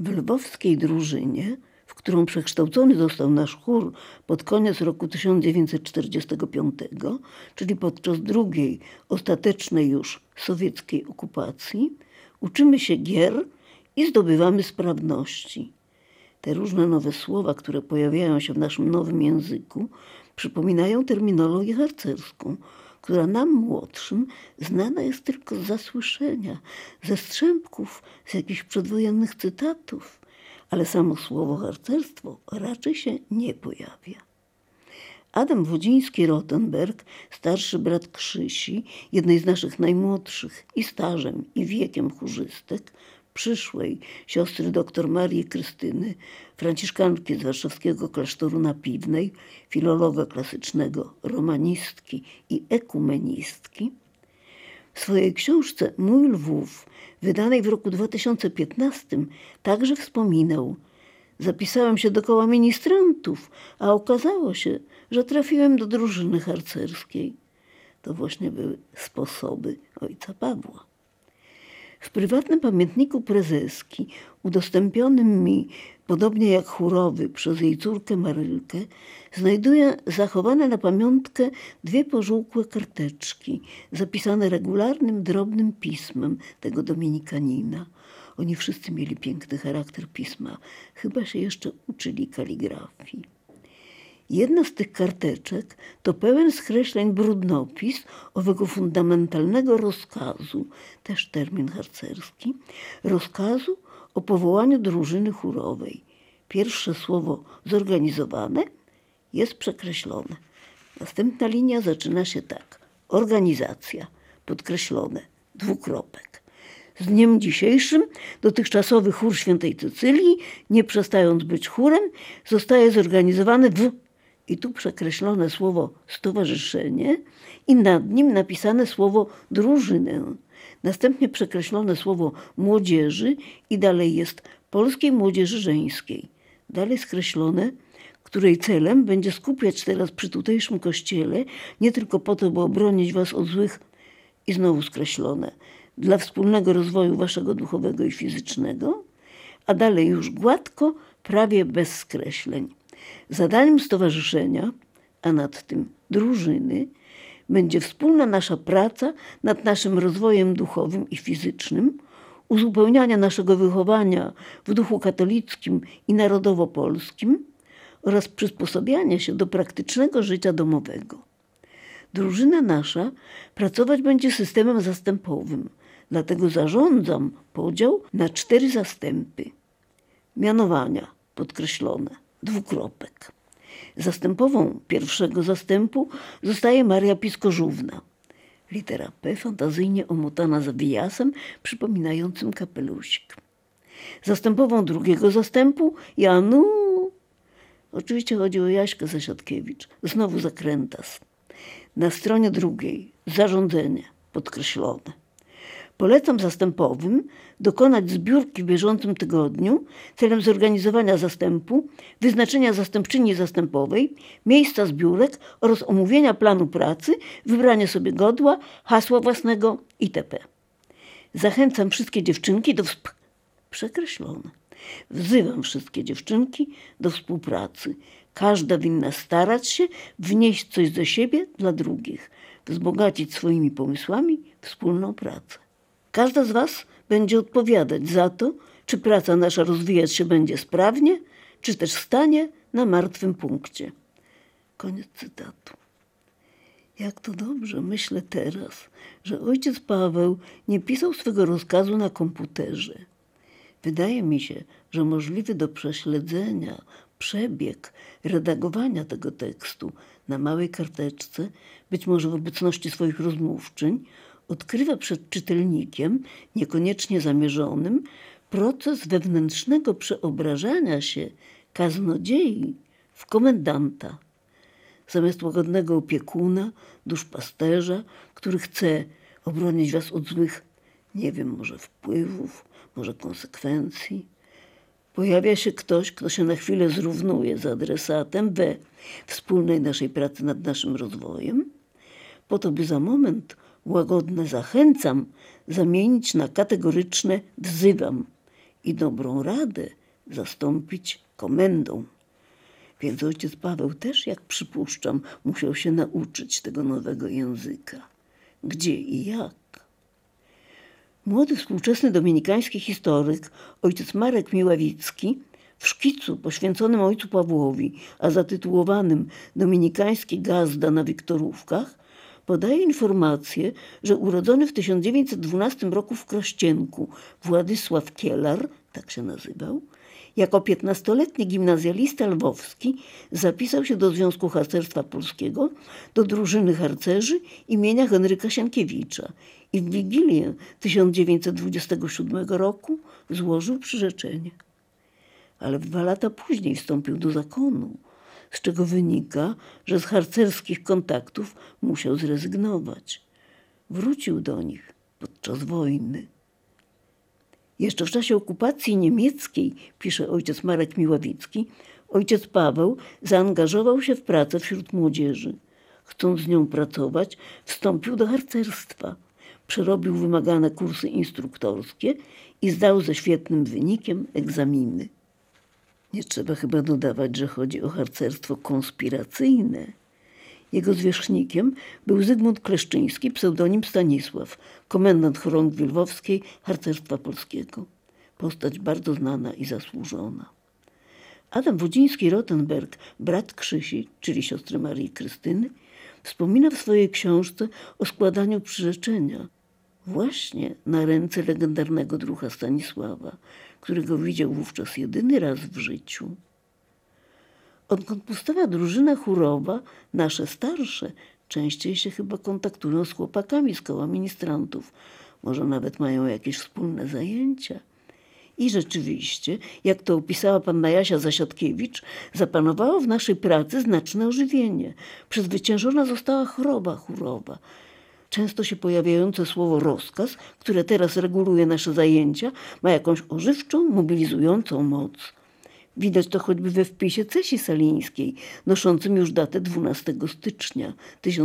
W lwowskiej drużynie, w którą przekształcony został nasz chór pod koniec roku 1945, czyli podczas drugiej, ostatecznej już sowieckiej okupacji, uczymy się gier i zdobywamy sprawności. Te różne nowe słowa, które pojawiają się w naszym nowym języku, przypominają terminologię harcerską, która nam młodszym znana jest tylko z zasłyszenia, ze strzępków, z jakichś przedwojennych cytatów, ale samo słowo harcerstwo raczej się nie pojawia. Adam Wodziński-Rothenberg, starszy brat Krzysi, jednej z naszych najmłodszych i stażem, i wiekiem chórzystek, przyszłej siostry dr Marii Krystyny, franciszkanki z warszawskiego klasztoru na Piwnej, filologa klasycznego, romanistki i ekumenistki, w swojej książce Mój Lwów, wydanej w roku 2015, także wspominał: zapisałem się do koła ministrantów, a okazało się, że trafiłem do drużyny harcerskiej. To właśnie były sposoby ojca Pawła. W prywatnym pamiętniku prezeski, udostępnionym mi, podobnie jak chórowy, przez jej córkę Marylkę, znajduję zachowane na pamiątkę 2 pożółkłe karteczki, zapisane regularnym, drobnym pismem tego dominikanina. Oni wszyscy mieli piękny charakter pisma, chyba się jeszcze uczyli kaligrafii. Jedna z tych karteczek to pełen skreśleń brudnopis owego fundamentalnego rozkazu, też termin harcerski, rozkazu o powołaniu drużyny chórowej. Pierwsze słowo zorganizowane jest przekreślone. Następna linia zaczyna się tak. Organizacja, podkreślone, dwukropek. Z dniem dzisiejszym dotychczasowy chór Świętej Cecylii, nie przestając być chórem, zostaje zorganizowany w... I tu przekreślone słowo stowarzyszenie i nad nim napisane słowo drużynę. Następnie przekreślone słowo młodzieży i dalej jest Polskiej Młodzieży Żeńskiej. Dalej skreślone, której celem będzie skupiać teraz przy tutejszym kościele nie tylko po to, by obronić was od złych, i znowu skreślone, dla wspólnego rozwoju waszego duchowego i fizycznego, a dalej już gładko, prawie bez skreśleń. Zadaniem stowarzyszenia, a nad tym drużyny, będzie wspólna nasza praca nad naszym rozwojem duchowym i fizycznym, uzupełniania naszego wychowania w duchu katolickim i narodowo-polskim oraz przysposobiania się do praktycznego życia domowego. Drużyna nasza pracować będzie systemem zastępowym, dlatego zarządzam podział na 4 zastępy. Mianowania podkreślone, dwukropek. Zastępową pierwszego zastępu zostaje Maria Piskożówna. Litera P fantazyjnie omotana zawijasem przypominającym kapelusik. Zastępową drugiego zastępu Janu. Oczywiście chodzi o Jaśkę Zasiadkiewicz. Znowu zakrętas. Na stronie drugiej zarządzenie podkreślone. Polecam zastępowym dokonać zbiórki w bieżącym tygodniu celem zorganizowania zastępu, wyznaczenia zastępczyni zastępowej, miejsca zbiórek oraz omówienia planu pracy, wybrania sobie godła, hasła własnego itp. Zachęcam wszystkie dziewczynki do przekreślone. Wzywam wszystkie dziewczynki do współpracy. Każda winna starać się wnieść coś ze siebie dla drugich, wzbogacić swoimi pomysłami wspólną pracę. Każda z was będzie odpowiadać za to, czy praca nasza rozwijać się będzie sprawnie, czy też stanie na martwym punkcie. Koniec cytatu. Jak to dobrze, myślę teraz, że ojciec Paweł nie pisał swego rozkazu na komputerze. Wydaje mi się, że możliwy do prześledzenia przebieg redagowania tego tekstu na małej karteczce, być może w obecności swoich rozmówczyń, odkrywa przed czytelnikiem, niekoniecznie zamierzonym, proces wewnętrznego przeobrażania się kaznodziei w komendanta. Zamiast łagodnego opiekuna, duszpasterza, który chce obronić was od złych, nie wiem, może wpływów, może konsekwencji, pojawia się ktoś, kto się na chwilę zrównuje z adresatem we wspólnej naszej pracy nad naszym rozwojem, po to, by za moment łagodne zachęcam zamienić na kategoryczne wzywam i dobrą radę zastąpić komendą. Więc ojciec Paweł też, jak przypuszczam, musiał się nauczyć tego nowego języka. Gdzie i jak? Młody współczesny dominikański historyk, ojciec Marek Miławicki, w szkicu poświęconym ojcu Pawłowi, a zatytułowanym Dominikański gazda na Wiktorówkach, podaje informację, że urodzony w 1912 roku w Krościenku Władysław Kielar, tak się nazywał, jako 15-letni gimnazjalista lwowski zapisał się do Związku Harcerstwa Polskiego, do drużyny harcerzy imienia Henryka Sienkiewicza i w Wigilię 1927 roku złożył przyrzeczenie. Ale 2 lata później wstąpił do zakonu, z czego wynika, że z harcerskich kontaktów musiał zrezygnować. Wrócił do nich podczas wojny. Jeszcze w czasie okupacji niemieckiej, pisze ojciec Marek Miławicki, ojciec Paweł zaangażował się w pracę wśród młodzieży. Chcąc z nią pracować, wstąpił do harcerstwa. Przerobił wymagane kursy instruktorskie i zdał ze świetnym wynikiem egzaminy. Nie trzeba chyba dodawać, że chodzi o harcerstwo konspiracyjne. Jego zwierzchnikiem był Zygmunt Kleszczyński, pseudonim Stanisław, komendant chorągwi lwowskiej Harcerstwa Polskiego. Postać bardzo znana i zasłużona. Adam Wodziński-Rothenberg, brat Krzysi, czyli siostry Marii Krystyny, wspomina w swojej książce o składaniu przyrzeczenia właśnie na ręce legendarnego druha Stanisława, którego widział wówczas jedyny raz w życiu. Odkąd powstała drużyna chórowa, nasze starsze częściej się chyba kontaktują z chłopakami z koła ministrantów. Może nawet mają jakieś wspólne zajęcia. I rzeczywiście, jak to opisała panna Jasia Zasiadkiewicz, zapanowało w naszej pracy znaczne ożywienie. Przezwyciężona została choroba chórowa. Często się pojawiające słowo rozkaz, które teraz reguluje nasze zajęcia, ma jakąś ożywczą, mobilizującą moc. Widać to choćby we wpisie Cesi Salińskiej, noszącym już datę 12 stycznia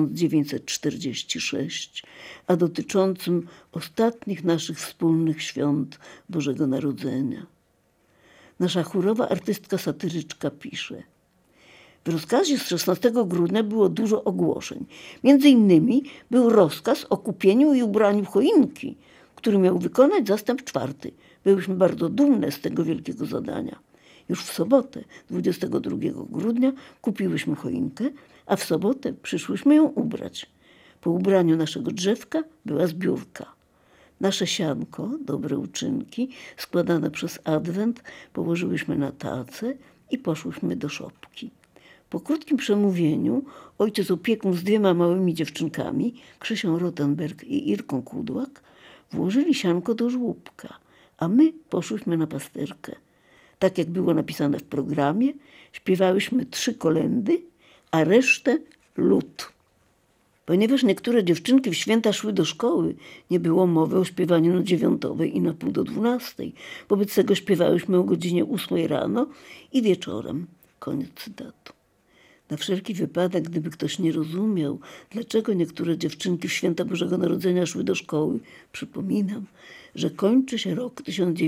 1946, a dotyczącym ostatnich naszych wspólnych świąt Bożego Narodzenia. Nasza chórowa artystka satyryczka pisze: w rozkazie z 16 grudnia było dużo ogłoszeń. Między innymi był rozkaz o kupieniu i ubraniu choinki, który miał wykonać zastęp 4. Byłyśmy bardzo dumne z tego wielkiego zadania. Już w sobotę, 22 grudnia, kupiłyśmy choinkę, a w sobotę przyszłyśmy ją ubrać. Po ubraniu naszego drzewka była zbiórka. Nasze sianko, dobre uczynki, składane przez Adwent, położyłyśmy na tacę i poszłyśmy do szopki. Po krótkim przemówieniu ojciec opiekun z 2 małymi dziewczynkami, Krzysią Rothenberg i Irką Kudłak, włożyli sianko do żłóbka, a my poszłyśmy na pasterkę. Tak jak było napisane w programie, śpiewałyśmy 3 kolędy, a resztę lud. Ponieważ niektóre dziewczynki w święta szły do szkoły, nie było mowy o śpiewaniu na 9 i na pół do 12. Wobec tego śpiewałyśmy o godzinie 8 rano i wieczorem. Koniec cytatu. Na wszelki wypadek, gdyby ktoś nie rozumiał, dlaczego niektóre dziewczynki w święta Bożego Narodzenia szły do szkoły, przypominam, że kończy się rok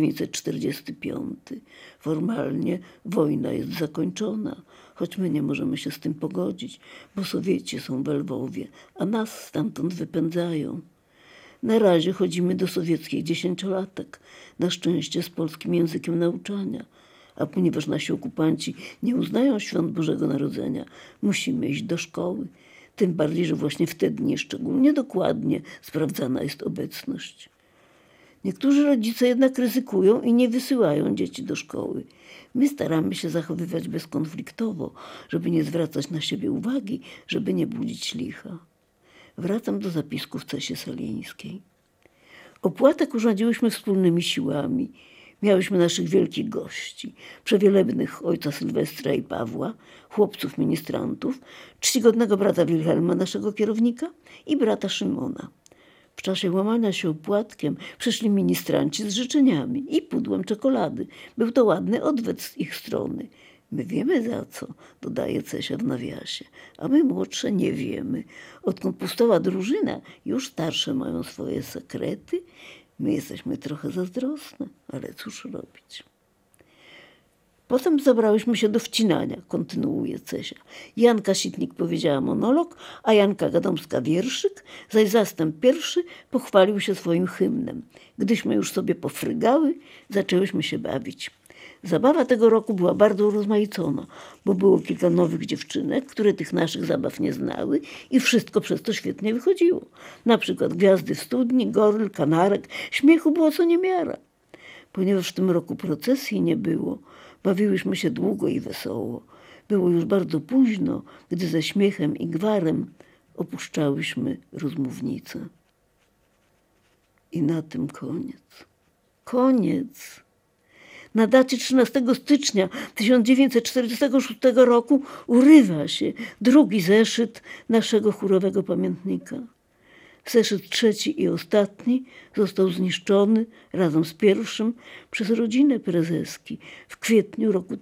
1945. Formalnie wojna jest zakończona, choć my nie możemy się z tym pogodzić, bo Sowieci są w Lwowie, a nas stamtąd wypędzają. Na razie chodzimy do sowieckiej 10-latek, na szczęście z polskim językiem nauczania. A ponieważ nasi okupanci nie uznają świąt Bożego Narodzenia, musimy iść do szkoły. Tym bardziej, że właśnie w te dni szczególnie dokładnie sprawdzana jest obecność. Niektórzy rodzice jednak ryzykują i nie wysyłają dzieci do szkoły. My staramy się zachowywać bezkonfliktowo, żeby nie zwracać na siebie uwagi, żeby nie budzić licha. Wracam do zapisków Cesi Salińskiej. Opłatek urządziłyśmy wspólnymi siłami. Miałyśmy naszych wielkich gości, przewielebnych ojca Sylwestra i Pawła, chłopców ministrantów, czcigodnego brata Wilhelma, naszego kierownika, i brata Szymona. W czasie łamania się opłatkiem przyszli ministranci z życzeniami i pudłem czekolady. Był to ładny odwet z ich strony. My wiemy za co, dodaje Cesia w nawiasie, a my młodsze nie wiemy. Odkąd powstała drużyna, już starsze mają swoje sekrety. My jesteśmy trochę zazdrosne, ale cóż robić. Potem zabrałyśmy się do wcinania, kontynuuje Cesia. Janka Sitnik powiedziała monolog, a Janka Gadomska wierszyk, zaś zastęp pierwszy pochwalił się swoim hymnem. Gdyśmy już sobie pofrygały, zaczęłyśmy się bawić. Zabawa tego roku była bardzo urozmaicona, bo było kilka nowych dziewczynek, które tych naszych zabaw nie znały i wszystko przez to świetnie wychodziło. Na przykład gwiazdy w studni, goryl, kanarek, śmiechu było co niemiara. Ponieważ w tym roku procesji nie było, bawiłyśmy się długo i wesoło. Było już bardzo późno, gdy ze śmiechem i gwarem opuszczałyśmy rozmównicę. I na tym koniec. Koniec. Na dacie 13 stycznia 1946 roku urywa się drugi zeszyt naszego chórowego pamiętnika. Zeszyt trzeci i ostatni został zniszczony razem z pierwszym przez rodzinę prezeski w kwietniu roku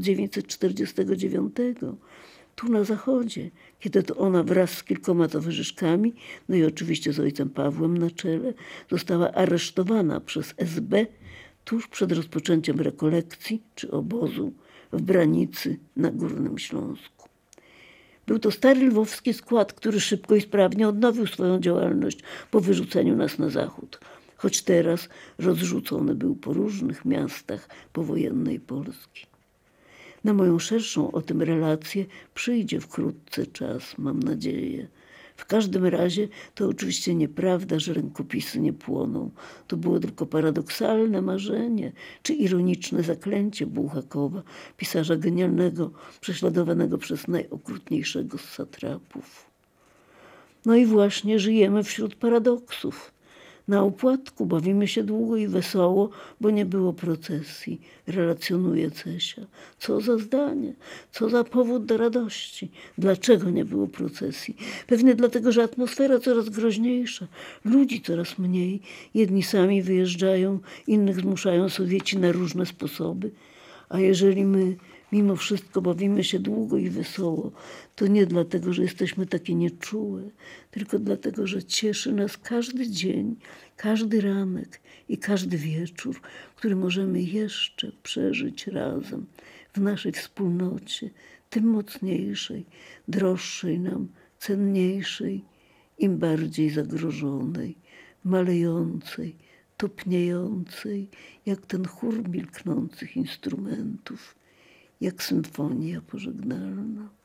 1949. Tu na zachodzie, kiedy to ona wraz z kilkoma towarzyszkami, no i oczywiście z ojcem Pawłem na czele, została aresztowana przez SB tuż przed rozpoczęciem rekolekcji czy obozu w Branicy na Górnym Śląsku. Był to stary lwowski skład, który szybko i sprawnie odnowił swoją działalność po wyrzuceniu nas na zachód, choć teraz rozrzucony był po różnych miastach powojennej Polski. Na moją szerszą o tym relację przyjdzie wkrótce czas, mam nadzieję. W każdym razie to oczywiście nieprawda, że rękopisy nie płoną. To było tylko paradoksalne marzenie, czy ironiczne zaklęcie Bułhakowa, pisarza genialnego, prześladowanego przez najokrutniejszego z satrapów. No i właśnie żyjemy wśród paradoksów. Na opłatku bawimy się długo i wesoło, bo nie było procesji, relacjonuje Cesia. Co za zdanie, co za powód do radości. Dlaczego nie było procesji? Pewnie dlatego, że atmosfera coraz groźniejsza, ludzi coraz mniej. Jedni sami wyjeżdżają, innych zmuszają Sowieci na różne sposoby. A jeżeli my mimo wszystko bawimy się długo i wesoło, to nie dlatego, że jesteśmy takie nieczułe, tylko dlatego, że cieszy nas każdy dzień, każdy ranek i każdy wieczór, który możemy jeszcze przeżyć razem w naszej wspólnocie, tym mocniejszej, droższej nam, cenniejszej, im bardziej zagrożonej, malejącej, topniejącej, jak ten chór milknących instrumentów, jak symfonia pożegnalna.